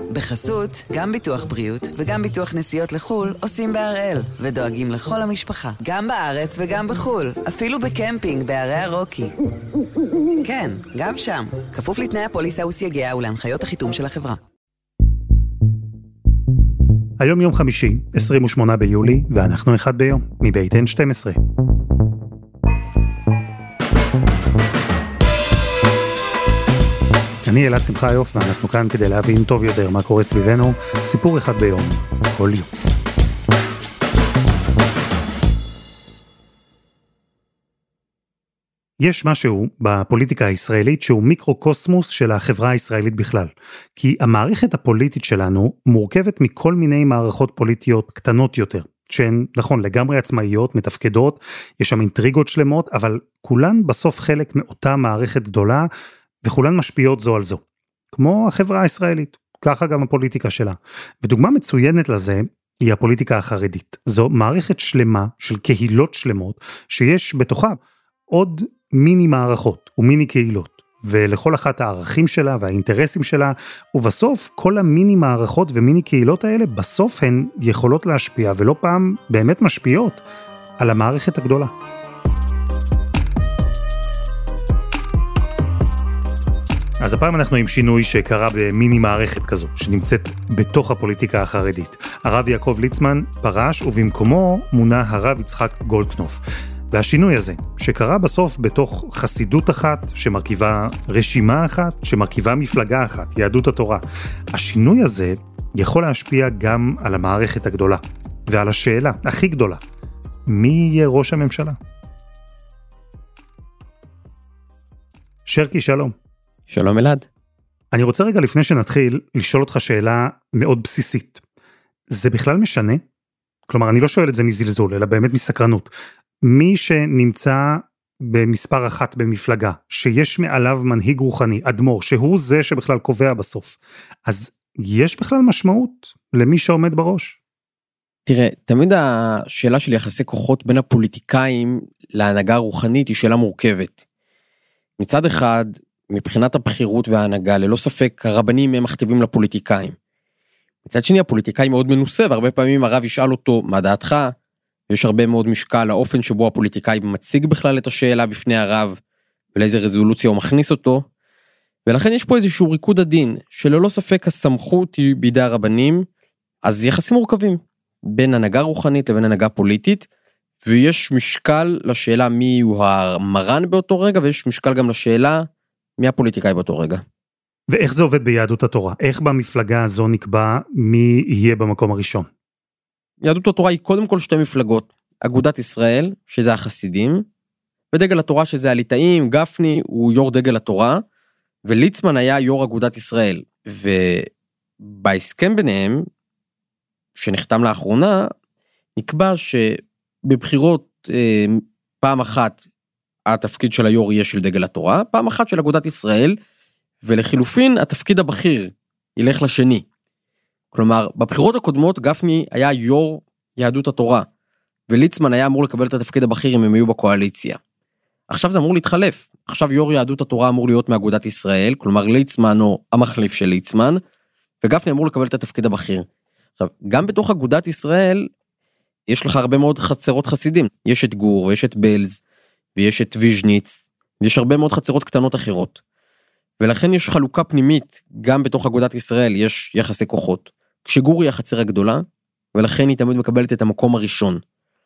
בחסות, גם ביטוח בריאות וגם ביטוח נסיעות לחול עושים בהראל, ודואגים לכל המשפחה, גם בארץ וגם בחול, אפילו בקמפינג בערי הרוקי. כן, גם שם, כפוף לתנאי הפוליסה וסייגיה ולהנחיות החיתום של החברה. היום יום חמישי, 28 ביולי, ואנחנו אחד ביום, מבית N12. אני אלעד שמחיוף, ואנחנו כאן כדי להבין טוב יותר מה קורה סביבנו, סיפור אחד ביום, כל יום. יש משהו בפוליטיקה הישראלית שהוא מיקרוקוסמוס של החברה הישראלית בכלל. כי המערכת הפוליטית שלנו מורכבת מכל מיני מערכות פוליטיות קטנות יותר, שהן, נכון, לגמרי עצמאיות, מתפקדות, יש שם אינטריגות שלמות, אבל כולן בסוף חלק מאותה מערכת גדולה, וכולן משפיעות זו על זו. כמו החברה הישראלית, ככה גם הפוליטיקה שלה. ודוגמה מצוינת לזה היא הפוליטיקה החרדית. זו מערכת שלמה של קהילות שלמות, שיש בתוכה עוד מיני מערכות ומיני קהילות, ולכל אחת הערכים שלה והאינטרסים שלה, ובסוף כל המיני מערכות ומיני קהילות האלה, בסוף הן יכולות להשפיע, ולא פעם באמת משפיעות, על המערכת הגדולה. אז הפעם אנחנו עם שינוי שקרה במיני מערכת כזו, שנמצאת בתוך הפוליטיקה החרדית. הרב יעקב ליצמן פרש, ובמקומו מונה הרב יצחק גולדקנופ. והשינוי הזה, שקרה בסוף בתוך חסידות אחת, שמרכיבה רשימה אחת, שמרכיבה מפלגה אחת, יהדות התורה, השינוי הזה יכול להשפיע גם על המערכת הגדולה, ועל השאלה הכי גדולה, מי יהיה ראש הממשלה? שרקי, שלום. שלום אלעד. אני רוצה רגע לפני שנתחיל לשאול אותך שאלה מאוד בסיסית. זה בכלל משנה? כלומר, אני לא שואל את זה מזלזול, אלא באמת מסקרנות. מי שנמצא במספר אחת במפלגה, שיש מעליו מנהיג רוחני, אדמו"ר, שהוא זה שבכלל קובע בסוף, אז יש בכלל משמעות למי שעומד בראש? תראה, תמיד השאלה של יחסי כוחות בין הפוליטיקאים להנהגה הרוחנית היא שאלה מורכבת. מצד אחד, מבחינת הבחירות וההנהגה, ללא ספק, הרבנים הם מכתיבים לפוליטיקאים. מצד שני, הפוליטיקאי מאוד מנוסה, והרבה פעמים הרב ישאל אותו, מה דעתך? יש הרבה מאוד משקל לאופן שבו הפוליטיקאי מציג בכלל את השאלה בפני הרב, ולאיזה רזולוציה הוא מכניס אותו, ולכן יש פה איזשהו ריקוד הדין, שללא ספק הסמכות היא בידי הרבנים, אז יחסים מורכבים, בין הנהגה רוחנית לבין הנהגה פוליטית, ויש משקל לשאלה מי הוא המרן באותו רגע, ויש משקל גם לשאלה מי הפוליטיקאי באותו רגע. ואיך זה עובד ביהדות התורה? איך במפלגה הזו נקבע מי יהיה במקום הראשון? יהדות התורה היא קודם כל שתי מפלגות, אגודת ישראל, שזה החסידים, ודגל התורה שזה הליטאים, גפני הוא יו"ר דגל התורה, וליצמן היה יו"ר אגודת ישראל, ובהסכם ביניהם, שנחתם לאחרונה, נקבע שבבחירות פעם אחת, התפקיד של היו"ר יהיה של דגל התורה, פעם אחת של אגודת ישראל, ולחילופין התפקיד הבכיר ילך לשני. כלומר, בבחירות הקודמות גפני היה יו"ר יהדות התורה, וליצמן היה אמור לקבל את התפקיד הבכיר אם הם היו בקואליציה. עכשיו זה אמור להתחלף. עכשיו יו"ר יהדות התורה אמור להיות מאגודת ישראל, כלומר ליצמן או המחליף של ליצמן, וגפני אמור לקבל את התפקיד הבכיר. עכשיו, גם בתוך אגודת ישראל, יש לך הרבה מאוד חצרות חסידים. יש את גור, ויש את בלז, ויש את ויז'ניץ, ויש הרבה מאוד חצרות קטנות אחרות. ולכן יש חלוקה פנימית, גם בתוך אגודת ישראל יש יחסי כוחות. כשגור היא החצר הגדולה, ולכן היא תמיד מקבלת את המקום הראשון.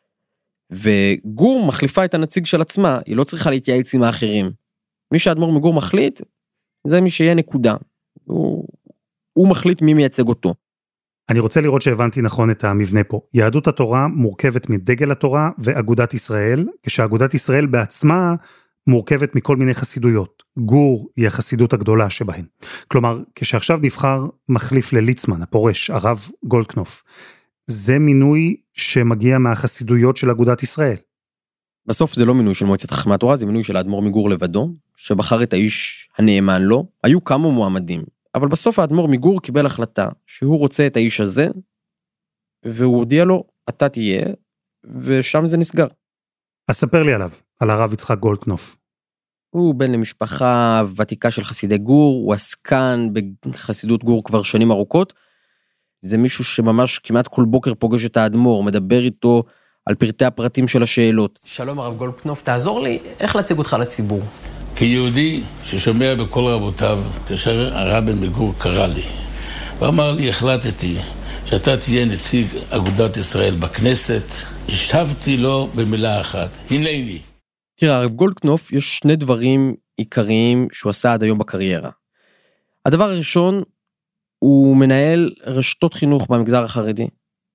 וגור מחליפה את הנציג של עצמה, היא לא צריכה להתייעץ עם האחרים. מי שהאדמו"ר מגור מחליט, זה מי שיהיה נקודה. הוא מחליט מי מייצג אותו. אני רוצה לראות שהבנתי נכון את המבנה פה. יהדות התורה מורכבת מדגל התורה ואגודת ישראל, כשאגודת ישראל בעצמה מורכבת מכל מיני חסידויות. גור היא החסידות הגדולה שבהן. כלומר, כשעכשיו נבחר מחליף לליצמן, הפורש, הרב גולדקנופ, זה מינוי שמגיע מהחסידויות של אגודת ישראל. בסוף זה לא מינוי של מועצת חכמי התורה, זה מינוי של האדמו"ר מגור לבדו, שבחר את האיש הנאמן לו. היו כמה מועמדים, אבל בסוף האדמו"ר מגור קיבל החלטה שהוא רוצה את האיש הזה, והוא הודיע לו, אתה תהיה, ושם זה נסגר. אז ספר לי עליו, על הרב יצחק גולדקנופ. הוא בן למשפחה ותיקה של חסידי גור, הוא עסקן בחסידות גור כבר שנים ארוכות, זה מישהו שממש כמעט כל בוקר פוגש את האדמו"ר, מדבר איתו על פרטי הפרטים של השאלות. שלום הרב גולדקנופ, תעזור לי, איך להציג אותך לציבור? כיהודי ששומע בכל רבותיו, כאשר הרב מגור קרא לי, ואמר לי, החלטתי שאתה תהיה נציג אגודת ישראל בכנסת, השבתי לו במילה אחת, הנני. תראה, הרב גולדקנופ, יש שני דברים עיקריים שהוא עשה עד היום בקריירה. הדבר הראשון, הוא מנהל רשתות חינוך במגזר החרדי.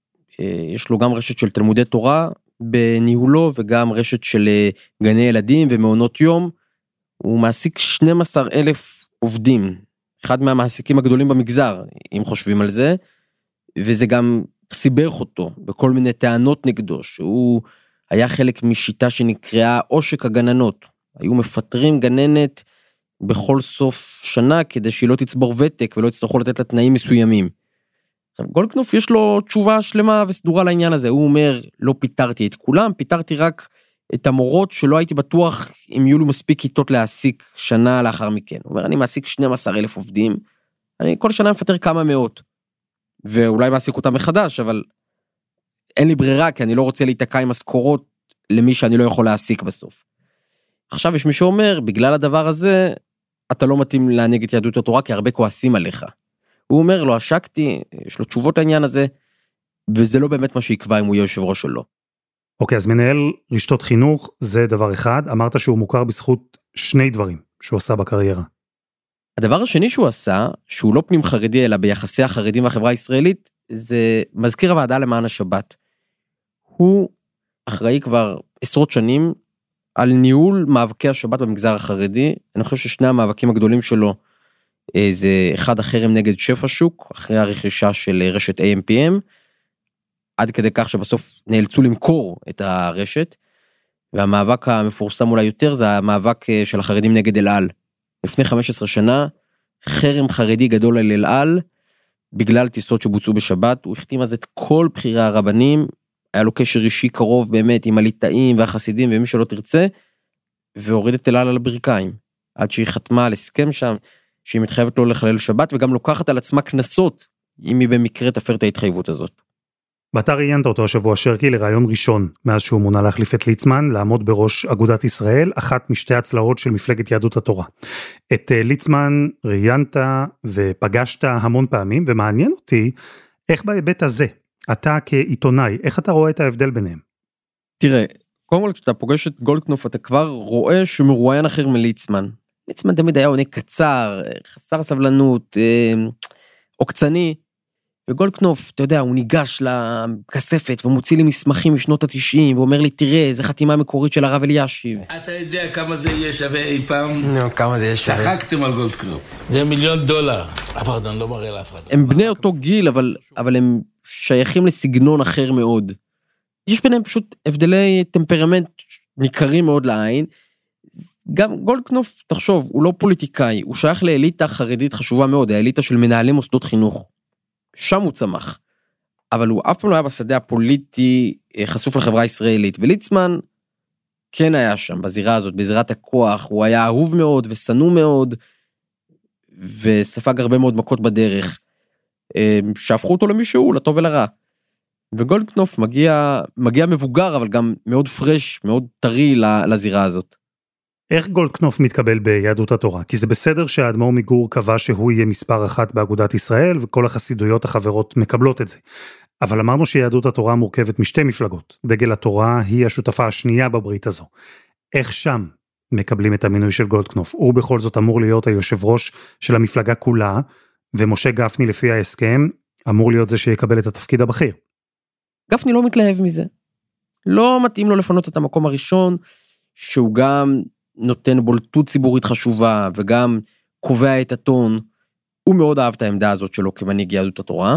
יש לו גם רשת של תלמודי תורה בניהולו, וגם רשת של גני ילדים ומעונות יום. הוא מעסיק 12,000 עובדים, אחד מהמעסיקים הגדולים במגזר, אם חושבים על זה, וזה גם סיבך אותו בכל מיני טענות נגדו, שהוא היה חלק משיטה שנקראה עושק הגננות. היו מפטרים גננת בכל סוף שנה, כדי שהיא לא תצבור ותק, ולא יצטרכו לתת לה תנאים מסוימים. עכשיו, גולדקנופ יש לו תשובה שלמה וסדורה לעניין הזה, הוא אומר, לא פיטרתי את כולם, פיטרתי רק את המורות שלא הייתי בטוח אם יהיו לו מספיק כיתות להעסיק שנה לאחר מכן. הוא אומר, אני מעסיק 12,000 עובדים, אני כל שנה מפטר כמה מאות, ואולי מעסיק אותם מחדש, אבל אין לי ברירה, כי אני לא רוצה להתעקע עם משכורות למי שאני לא יכול להעסיק בסוף. עכשיו יש מי שאומר, בגלל הדבר הזה, אתה לא מתאים להנהיג את יהדות התורה, כי הרבה כועסים עליך. הוא אומר, לא עשקתי, יש לו תשובות לעניין הזה, וזה לא באמת מה שיקבע אם הוא יהיה יושב ראש או לא. אוקיי, אז מנהל רשתות חינוך, זה דבר אחד. אמרת שהוא מוכר בזכות שני דברים שהוא עשה בקריירה. הדבר השני שהוא עשה, שהוא לא פנים חרדי, אלא ביחסי החרדים והחברה הישראלית, זה מזכיר הוועדה למען השבת. הוא אחראי כבר עשרות שנים, על ניהול מאבקי השבת במגזר החרדי. אני חושב ששני המאבקים הגדולים שלו, זה אחד החרם נגד שפע שוק, אחרי הרכישה של רשת AMPM, עד כדי כך שבסוף נאלצו למכור את הרשת, והמאבק המפורסם אולי יותר, זה המאבק של החרדים נגד אל על. לפני 15 שנה, חרם חרדי גדול על אל על, בגלל טיסות שבוצעו בשבת, הוא החתים אז את כל בחירי הרבנים, היה לו קשר אישי קרוב באמת עם הליטאים והחסידים ומי שלא תרצה, והוריד את אל על הברכיים, עד שהיא חתמה על הסכם שם, שהיא מתחייבת לו לחלל שבת, וגם לוקחת על עצמה כנסות, אם היא במקרה תפר את ההתחייבות הזאת. ואתה ראיינת אותו השבוע שרקי לרעיון ראשון, מאז שהוא מונה להחליף את ליצמן, לעמוד בראש אגודת ישראל, אחת משתי הצלעות של מפלגת יהדות התורה. את ליצמן ראיינת ופגשת המון פעמים, ומעניין אותי, איך בהיבט הזה, אתה כעיתונאי, איך אתה רואה את ההבדל ביניהם? תראה, קודם כל כשאתה פוגש את גולדקנופ, אתה כבר רואה שמרואיין אחר מליצמן. ליצמן תמיד היה עונה קצר, חסר סבלנות, עוקצני, וגולדקנופ, אתה יודע, הוא ניגש לכספת, ומוציא לי מסמכים משנות ה-90, ואומר לי, תראה, זה חתימה מקורית של הרב אלישיב. אתה יודע כמה זה יהיה שווה אי פעם? נו, כמה זה יהיה שווה? צחקתם על גולדקנופ. זה $1,000,000. אף אחד לא מראה לאף אחד. הם בני אותו גיל, אבל הם שייכים לסגנון אחר מאוד. יש ביניהם פשוט הבדלי טמפרמנט ניכרים מאוד לעין. גם גולדקנופ, תחשוב, הוא לא פוליטיקאי, הוא שייך לאליטה חרדית חשובה מאוד, האליטה של מנהלי מוסדות חינוך. שם הוא צמח. אבל הוא אף פעם לא היה בשדה הפוליטי חשוף לחברה הישראלית, וליצמן כן היה שם, בזירה הזאת, בזירת הכוח, הוא היה אהוב מאוד ושנוא מאוד, וספג הרבה מאוד מכות בדרך, שהפכו אותו למישהו, לטוב ולרע. וגולדקנופ מגיע מבוגר, אבל גם מאוד פרש, מאוד טרי לזירה הזאת. איך גולדקנופ מתקבל ביהדות התורה? כי זה בסדר שהאדמו"ר מגור קבע שהוא יהיה מספר אחת באגודת ישראל, וכל החסידויות החברות מקבלות את זה. אבל אמרנו שיהדות התורה מורכבת משתי מפלגות. דגל התורה היא השותפה השנייה בברית הזו. איך שם מקבלים את המינוי של גולדקנופ? הוא בכל זאת אמור להיות היושב ראש של המפלגה כולה, ומשה גפני לפי ההסכם אמור להיות זה שיקבל את התפקיד הבכיר. גפני לא מתלהב מזה. לא מתאים לו לפנות את המקום הראשון, שהוא גם נותן בולטות ציבורית חשובה, וגם קובע את הטון. הוא מאוד אהב את העמדה הזאת שלו כמנהיג יהדות התורה,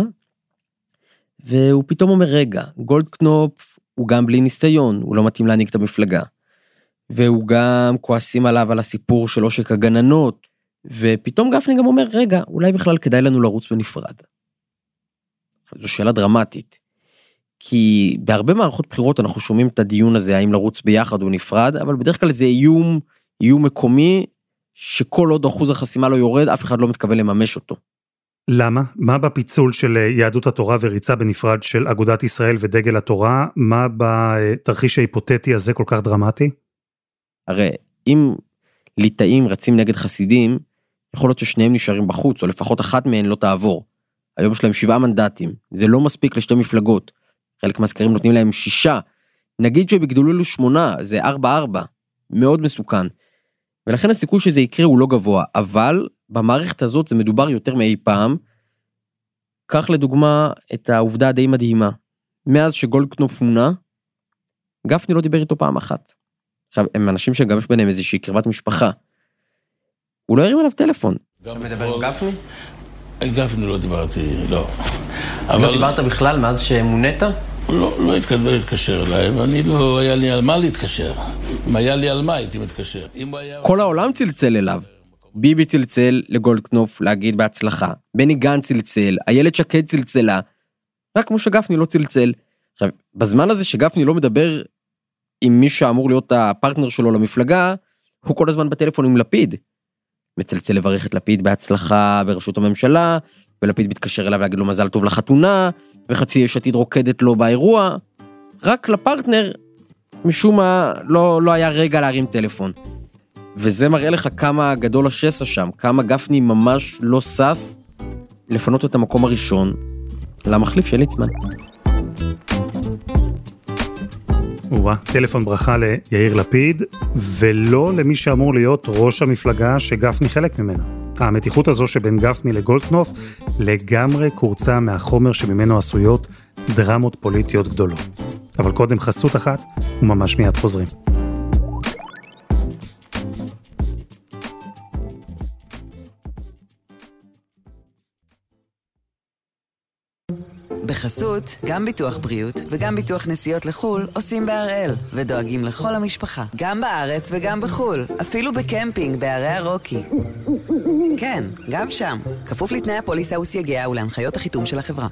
והוא פתאום אומר, רגע, גולדקנופ הוא גם בלי ניסיון, הוא לא מתאים להנהיג את המפלגה, והוא גם כועסים עליו על הסיפור של עושק הגננות, ופתאום גפני גם אומר, רגע, אולי בכלל כדאי לנו לרוץ בנפרד. זו שאלה דרמטית, כי בהרבה מערכות בחירות אנחנו שומעים את הדיון הזה, האם לרוץ ביחד או נפרד, אבל בדרך כלל זה איום איום מקומי, שכל עוד אחוז החסימה לא יורד, אף אחד לא מתכוון לממש אותו. למה? מה בפיצול של יהדות התורה וריצה בנפרד של אגודת ישראל ודגל התורה? מה בתרחיש ההיפותטי הזה כל כך דרמטי? הרי אם ליטאים רצים נגד חסידים, יכול להיות ששניהם נשארים בחוץ, או לפחות אחת מהן לא תעבור. היום יש להם 7 מנדטים, זה לא מספיק לשתי מפלגות. חלק מהסקרים נותנים להם 6. נגיד שבגדולו לו 8, זה 4-4. מאוד מסוכן. ולכן הסיכוי שזה יקרה הוא לא גבוה, אבל במערכת הזאת זה מדובר יותר מאי פעם. כך לדוגמה את העובדה די מדהימה. מאז שגולדקנופ מונה, גפני לא דיבר איתו פעם אחת. עכשיו, הם אנשים שגם יש ביניהם איזושהי קרבת משפחה. הוא לא הרים עליו טלפון. אתה מדבר עם גפני? גפני לא דיברתי, לא. לא דיברת בכלל מאז שמונית? לא התקשר אליי, ואני לא היה לי על מה להתקשר. אם היה לי על מה הייתי מתקשר. כל העולם צלצל אליו. ביבי צלצל לגולדקנופ להגיד בהצלחה. בני גן צלצל, איילת שקד צלצלה. רק כמו שגפני לא צלצל. עכשיו, בזמן הזה שגפני לא מדבר עם מי שאמור להיות הפרטנר שלו למפלגה, הוא כל הזמן בטלפון עם לפיד. מצלצל לברך את לפיד בהצלחה בראשות הממשלה, ולפיד מתקשר אליו להגיד לו מזל טוב לחתונה, וחצי יש עתיד רוקדת לו באירוע. רק לפרטנר, משום מה, לא היה רגע להרים טלפון. וזה מראה לך כמה גדול השסע שם, כמה גפני ממש לא סס לפנות את המקום הראשון למחליף של ליצמן. טלפון ברכה ליאיר לפיד, ולא למי שאמור להיות ראש המפלגה שגפני חלק ממנה. המתיחות הזו שבין גפני לגולדקנופ לגמרי קורצה מהחומר שממנו עשויות דרמות פוליטיות גדולות. אבל קודם חסות אחת, וממש מיד חוזרים. בחסות, גם ביטוח בריאות וגם ביטוח נסיעות לחול עושים בהראל, ודואגים לכל המשפחה, גם בארץ וגם בחול, אפילו בקמפינג בערי הרוקי. כן, גם שם, כפוף לתנאי הפוליסה וסייגיה ולהנחיות החיתום של החברה.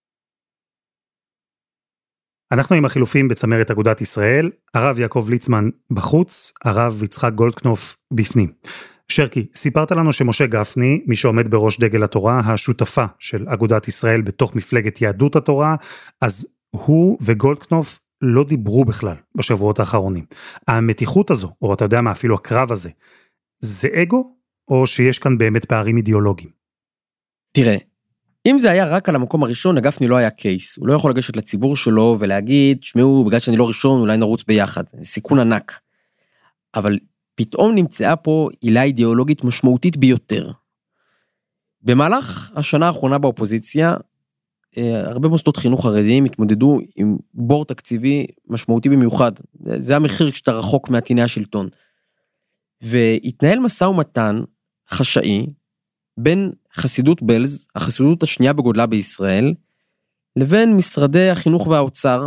אנחנו עם החילופים בצמרת אגודת ישראל, הרב יעקב ליצמן בחוץ, הרב יצחק גולדקנופ בפנים. שרקי, סיפרת לנו שמשה גפני, מי שעומד בראש דגל התורה, השותפה של אגודת ישראל בתוך מפלגת יהדות התורה, אז הוא וגולדקנופ לא דיברו בכלל בשבועות האחרונים. המתיחות הזו, או אתה יודע מה, אפילו הקרב הזה, זה אגו, או שיש כאן באמת פערים אידיאולוגיים? תראה, אם זה היה רק על המקום הראשון, הגפני לא היה קייס. הוא לא יכול לגשת לציבור שלו ולהגיד, שמעו, בגלל שאני לא ראשון, אולי נרוץ ביחד. סיכון ענק. אבל פתאום נמצאה פה עילה אידיאולוגית משמעותית ביותר. במהלך השנה האחרונה באופוזיציה, הרבה מוסדות חינוך חרדיים התמודדו עם בור תקציבי משמעותי במיוחד. זה המחיר כשאתה רחוק מעטיני השלטון. והתנהל משא ומתן חשאי בין חסידות בלז, החסידות השנייה בגודלה בישראל, לבין משרדי החינוך והאוצר.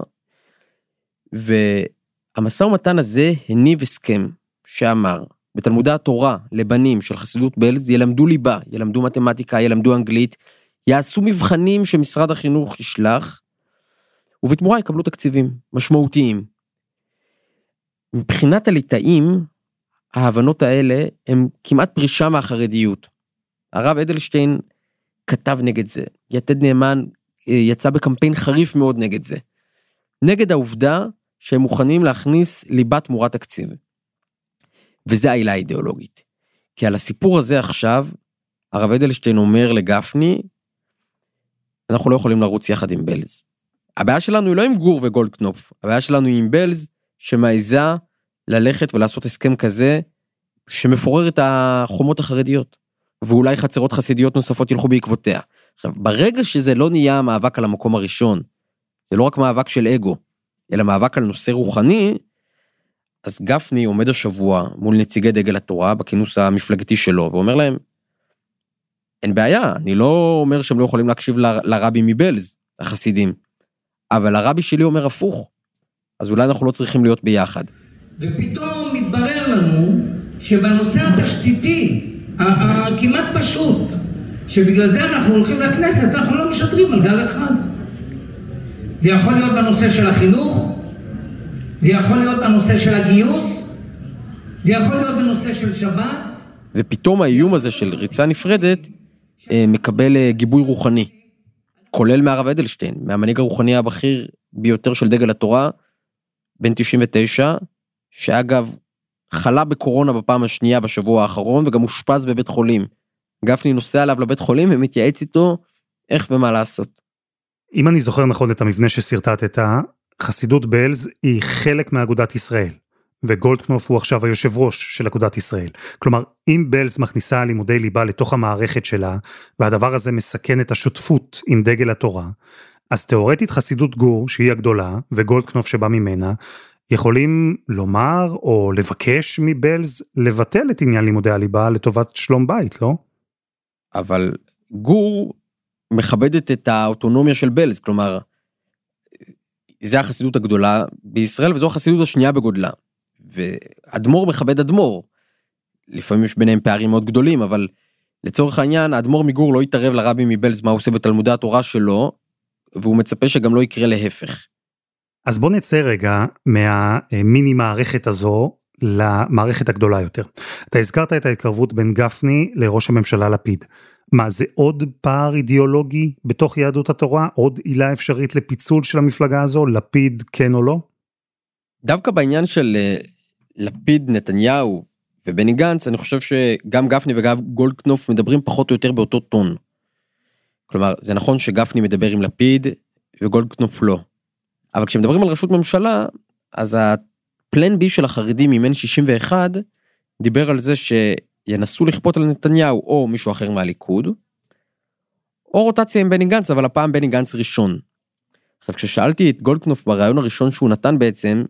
והמשא ומתן הזה הניב הסכם שאמר, בתלמודי התורה לבנים של חסידות בלז, ילמדו ליבה, ילמדו מתמטיקה, ילמדו אנגלית, יעשו מבחנים שמשרד החינוך ישלח, ובתמורה יקבלו תקציבים משמעותיים. מבחינת הליטאים, ההבנות האלה הם כמעט פרישה מהחרדיות. הרב אדלשטיין כתב נגד זה, יתד נאמן יצא בקמפיין חריף מאוד נגד זה, נגד העובדה שהם מוכנים להכניס ליבה תמורת תקציב. וזה העילה האידיאולוגית. כי על הסיפור הזה עכשיו, הרב אדלשטיין אומר לגפני, אנחנו לא יכולים לרוץ יחד עם בלז. הבעיה שלנו היא לא עם גור וגולדקנופ, הבעיה שלנו היא עם בלז, שמעיזה ללכת ולעשות הסכם כזה, שמפורר את החומות החרדיות, ואולי חצרות חסידיות נוספות ילכו בעקבותיה. עכשיו, ברגע שזה לא נהיה מאבק על המקום הראשון, זה לא רק מאבק של אגו, אלא מאבק על נושא רוחני, אז גפני עומד השבוע מול נציגי דגל התורה, בכינוס המפלגתי שלו, ואומר להם, אין בעיה, אני לא אומר שהם לא יכולים להקשיב לרבי מבלז, החסידים, אבל הרבי שלי אומר הפוך, אז אולי אנחנו לא צריכים להיות ביחד. ופתאום מתברר לנו שבנושא התשתיתי, הכמעט פשוט, שבגלל זה אנחנו הולכים לכנסת, אנחנו לא משדרים על גל אחד. זה יכול להיות בנושא של החינוך, זה יכול להיות בנושא של הגיוס, זה יכול להיות בנושא של שבת. ופתאום האיום הזה של ריצה נפרדת מקבל גיבוי רוחני, כולל מהרב אדלשטיין, מהמנהיג הרוחני הבכיר ביותר של דגל התורה, בן 99, שאגב חלה בקורונה בפעם השנייה בשבוע האחרון, וגם הושפז בבית חולים. גפני נוסע עליו לבית חולים ומתייעץ איתו איך ומה לעשות. אם אני זוכר נכון את המבנה שסרטטת, חסידות בעלז היא חלק מאגודת ישראל, וגולדקנופ הוא עכשיו היושב ראש של אגודת ישראל. כלומר, אם בעלז מכניסה לימודי ליבה לתוך המערכת שלה, והדבר הזה מסכן את השותפות עם דגל התורה, אז תיאורטית חסידות גור, שהיא הגדולה, וגולדקנופ שבא ממנה, יכולים לומר או לבקש מבעלז לבטל את עניין לימודי הליבה לטובת שלום בית, לא? אבל גור מכבדת את האוטונומיה של בעלז, כלומר, זה החסידות הגדולה בישראל, וזו החסידות השנייה בגודלה. ואדמו"ר מכבד אדמו"ר. לפעמים יש ביניהם פערים מאוד גדולים, אבל לצורך העניין, האדמו"ר מגור לא יתערב לרבי מבעלז מה הוא עושה בתלמודי התורה שלו, והוא מצפה שגם לא יקרה להפך. אז בוא נצא רגע מהמיני מערכת הזו למערכת הגדולה יותר. אתה הזכרת את ההתקרבות בין גפני לראש הממשלה לפיד. מה, זה עוד פער אידיאולוגי בתוך יהדות התורה? עוד עילה אפשרית לפיצול של המפלגה הזו? לפיד כן או לא? דווקא בעניין של לפיד, נתניהו ובני גנץ, אני חושב שגם גפני וגם גולדקנופ מדברים פחות או יותר באותו טון. כלומר, זה נכון שגפני מדבר עם לפיד וגולדקנופ לא. אבל כשמדברים על ראשות ממשלה, אז הפלן בי של החרדים ממין 61 דיבר על זה שינסו לכפות על נתניהו או מישהו אחר מהליכוד, או רוטציה עם בני גנץ, אבל הפעם בני גנץ ראשון. עכשיו, כששאלתי את גולדקנופ ברעיון הראשון שהוא נתן בעצם,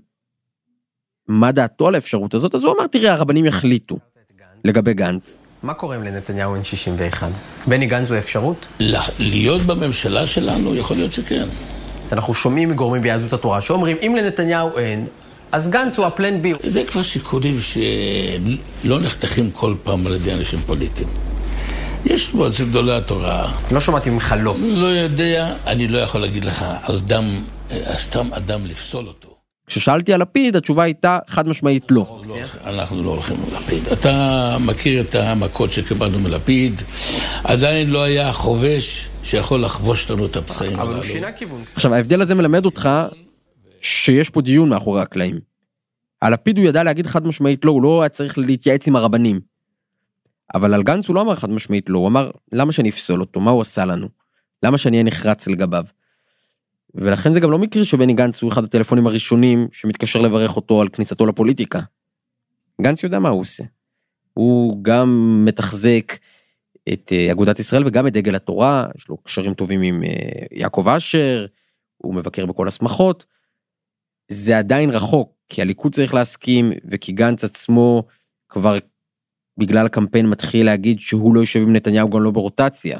מה דעתו על האפשרות הזאת, אז הוא אמר, תראה, הרבנים יחליטו לגבי גנץ. מה קורה לנתניהו אין 61? בני גנץ הוא אפשרות? להיות בממשלה שלנו יכול להיות שכן. אנחנו שומעים מגורמים ביהדות התורה שאומרים, אם לנתניהו אין, אז גנץ הוא הפלן בי. זה כבר שיקולים שלא נחתכים כל פעם על ידי אנשים פוליטיים. יש פה אצל גדולי התורה. לא שמעתי ממך לא. לא יודע, אני לא יכול להגיד לך על דם, סתם אדם לפסול אותו. כששאלתי על לפיד, התשובה הייתה חד משמעית לא. אנחנו לא הולכים ללפיד. אתה מכיר את המכות שקיבלנו מלפיד, עדיין לא היה חובש שיכול לחבוש לנו את הפצעים. אבל הוא שינה כיוון. עכשיו, ההבדל הזה מלמד אותך שיש פה דיון מאחורי הקלעים. על לפיד הוא ידע להגיד חד משמעית לא, הוא לא היה צריך להתייעץ עם הרבנים. אבל על גנץ הוא לא אמר חד משמעית לא, הוא אמר, למה שאני אפסול אותו? מה הוא עשה לנו? למה שאני אהיה נחרץ לגביו? ולכן זה גם לא מקרי שבני גנץ הוא אחד הטלפונים הראשונים שמתקשר לברך אותו על כניסתו לפוליטיקה. גנץ יודע מה הוא עושה. הוא גם מתחזק את אגודת ישראל וגם את דגל התורה, יש לו קשרים טובים עם יעקב אשר, הוא מבקר בכל הסמכות. זה עדיין רחוק, כי הליכוד צריך להסכים, וכי גנץ עצמו כבר בגלל הקמפיין מתחיל להגיד שהוא לא יושב עם נתניהו גם לא ברוטציה.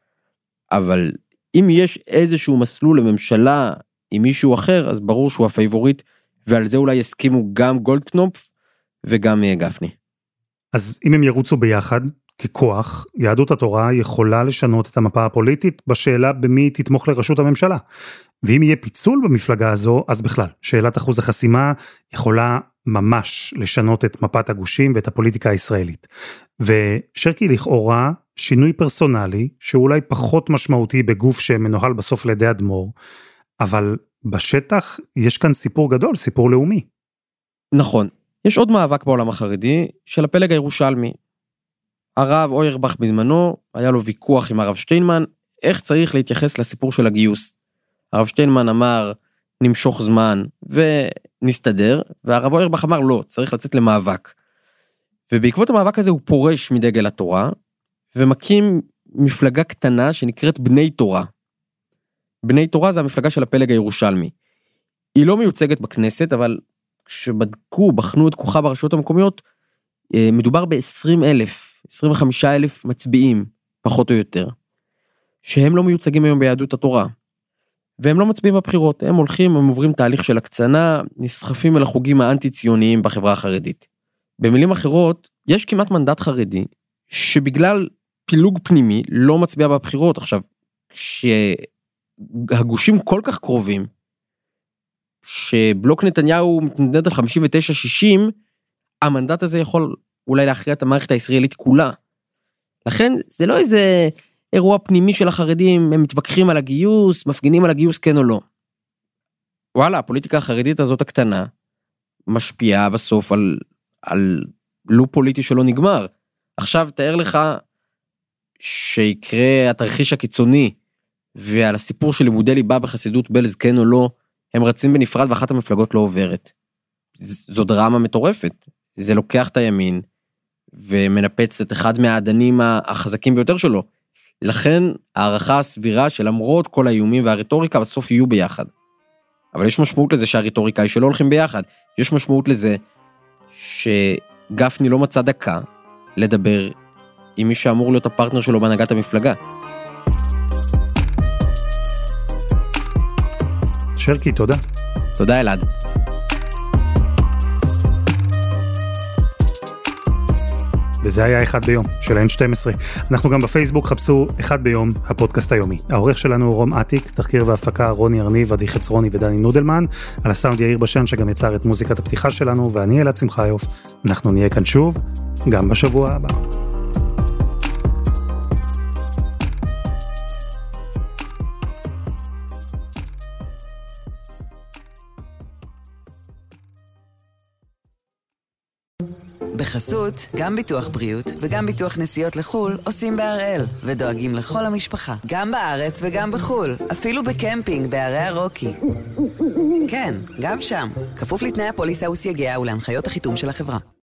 אבל אם יש איזשהו מסלול לממשלה עם מישהו אחר, אז ברור שהוא הפייבוריט, ועל זה אולי יסכימו גם גולדקנופ וגם גפני. אז אם הם ירוצו ביחד, ככוח, יהדות התורה יכולה לשנות את המפה הפוליטית בשאלה במי תתמוך לראשות הממשלה. ואם יהיה פיצול במפלגה הזו, אז בכלל, שאלת אחוז החסימה יכולה ממש לשנות את מפת הגושים ואת הפוליטיקה הישראלית. ושרקי לכאורה שינוי פרסונלי, שאולי פחות משמעותי בגוף שמנוהל בסוף לידי אדמו"ר, אבל בשטח יש כאן סיפור גדול, סיפור לאומי. נכון, יש עוד מאבק בעולם החרדי של הפלג הירושלמי. הרב אוירבך בזמנו, היה לו ויכוח עם הרב שטיינמן, איך צריך להתייחס לסיפור של הגיוס. הרב שטיינמן אמר, נמשוך זמן ונסתדר, והרב אוירבך אמר, לא, צריך לצאת למאבק. ובעקבות המאבק הזה הוא פורש מדגל התורה, ומקים מפלגה קטנה שנקראת בני תורה. בני תורה זה המפלגה של הפלג הירושלמי. היא לא מיוצגת בכנסת, אבל כשבדקו, בחנו את כוחה ברשויות המקומיות, מדובר ב-20,000, 25,000 מצביעים, פחות או יותר, שהם לא מיוצגים היום ביהדות התורה. והם לא מצביעים בבחירות, הם הולכים, הם עוברים תהליך של הקצנה, נסחפים אל החוגים האנטי-ציוניים בחברה החרדית. במילים אחרות, יש כמעט מנדט חרדי, שבגלל פילוג פנימי לא מצביע בבחירות. עכשיו, שהגושים כל כך קרובים, שבלוק נתניהו מתנדד על 59-60, המנדט הזה יכול אולי להכריע את המערכת הישראלית כולה. לכן זה לא איזה אירוע פנימי של החרדים, הם מתווכחים על הגיוס, מפגינים על הגיוס כן או לא. וואלה, הפוליטיקה החרדית הזאת הקטנה, משפיעה בסוף על לופ פוליטי שלא נגמר. עכשיו תאר לך שיקרה התרחיש הקיצוני, ועל הסיפור של לימודי ליבה בחסידות בלז כן או לא, הם רצים בנפרד ואחת המפלגות לא עוברת. זו דרמה מטורפת. זה לוקח את הימין, ומנפץ את אחד מהעדנים החזקים ביותר שלו. לכן הערכה הסבירה שלמרות כל האיומים והרטוריקה בסוף יהיו ביחד. אבל יש משמעות לזה שהרטוריקה היא שלא הולכים ביחד. יש משמעות לזה שגפני לא מצא דקה לדבר עם מי שאמור להיות הפרטנר שלו בהנהגת המפלגה. שרקי, תודה. תודה אלעד. וזה היה אחד ביום של N12. אנחנו גם בפייסבוק, חפשו אחד ביום, הפודקאסט היומי. העורך שלנו הוא רום עתיק, תחקיר והפקה רוני ארניב, עדי חצרוני ודני נודלמן, על הסאונד יאיר בשן שגם יצר את מוזיקת הפתיחה שלנו, ואני אלעד שמחיוף. אנחנו נהיה כאן שוב, גם בשבוע הבא. בחסות, גם ביטוח בריאות וגם ביטוח נסיעות לחול עושים בהראל ודואגים לכל המשפחה, גם בארץ וגם בחול, אפילו בקמפינג בערי הרוקי. כן, גם שם, כפוף לתנאי הפוליסה וסייגיה ולהנחיות החיתום של החברה.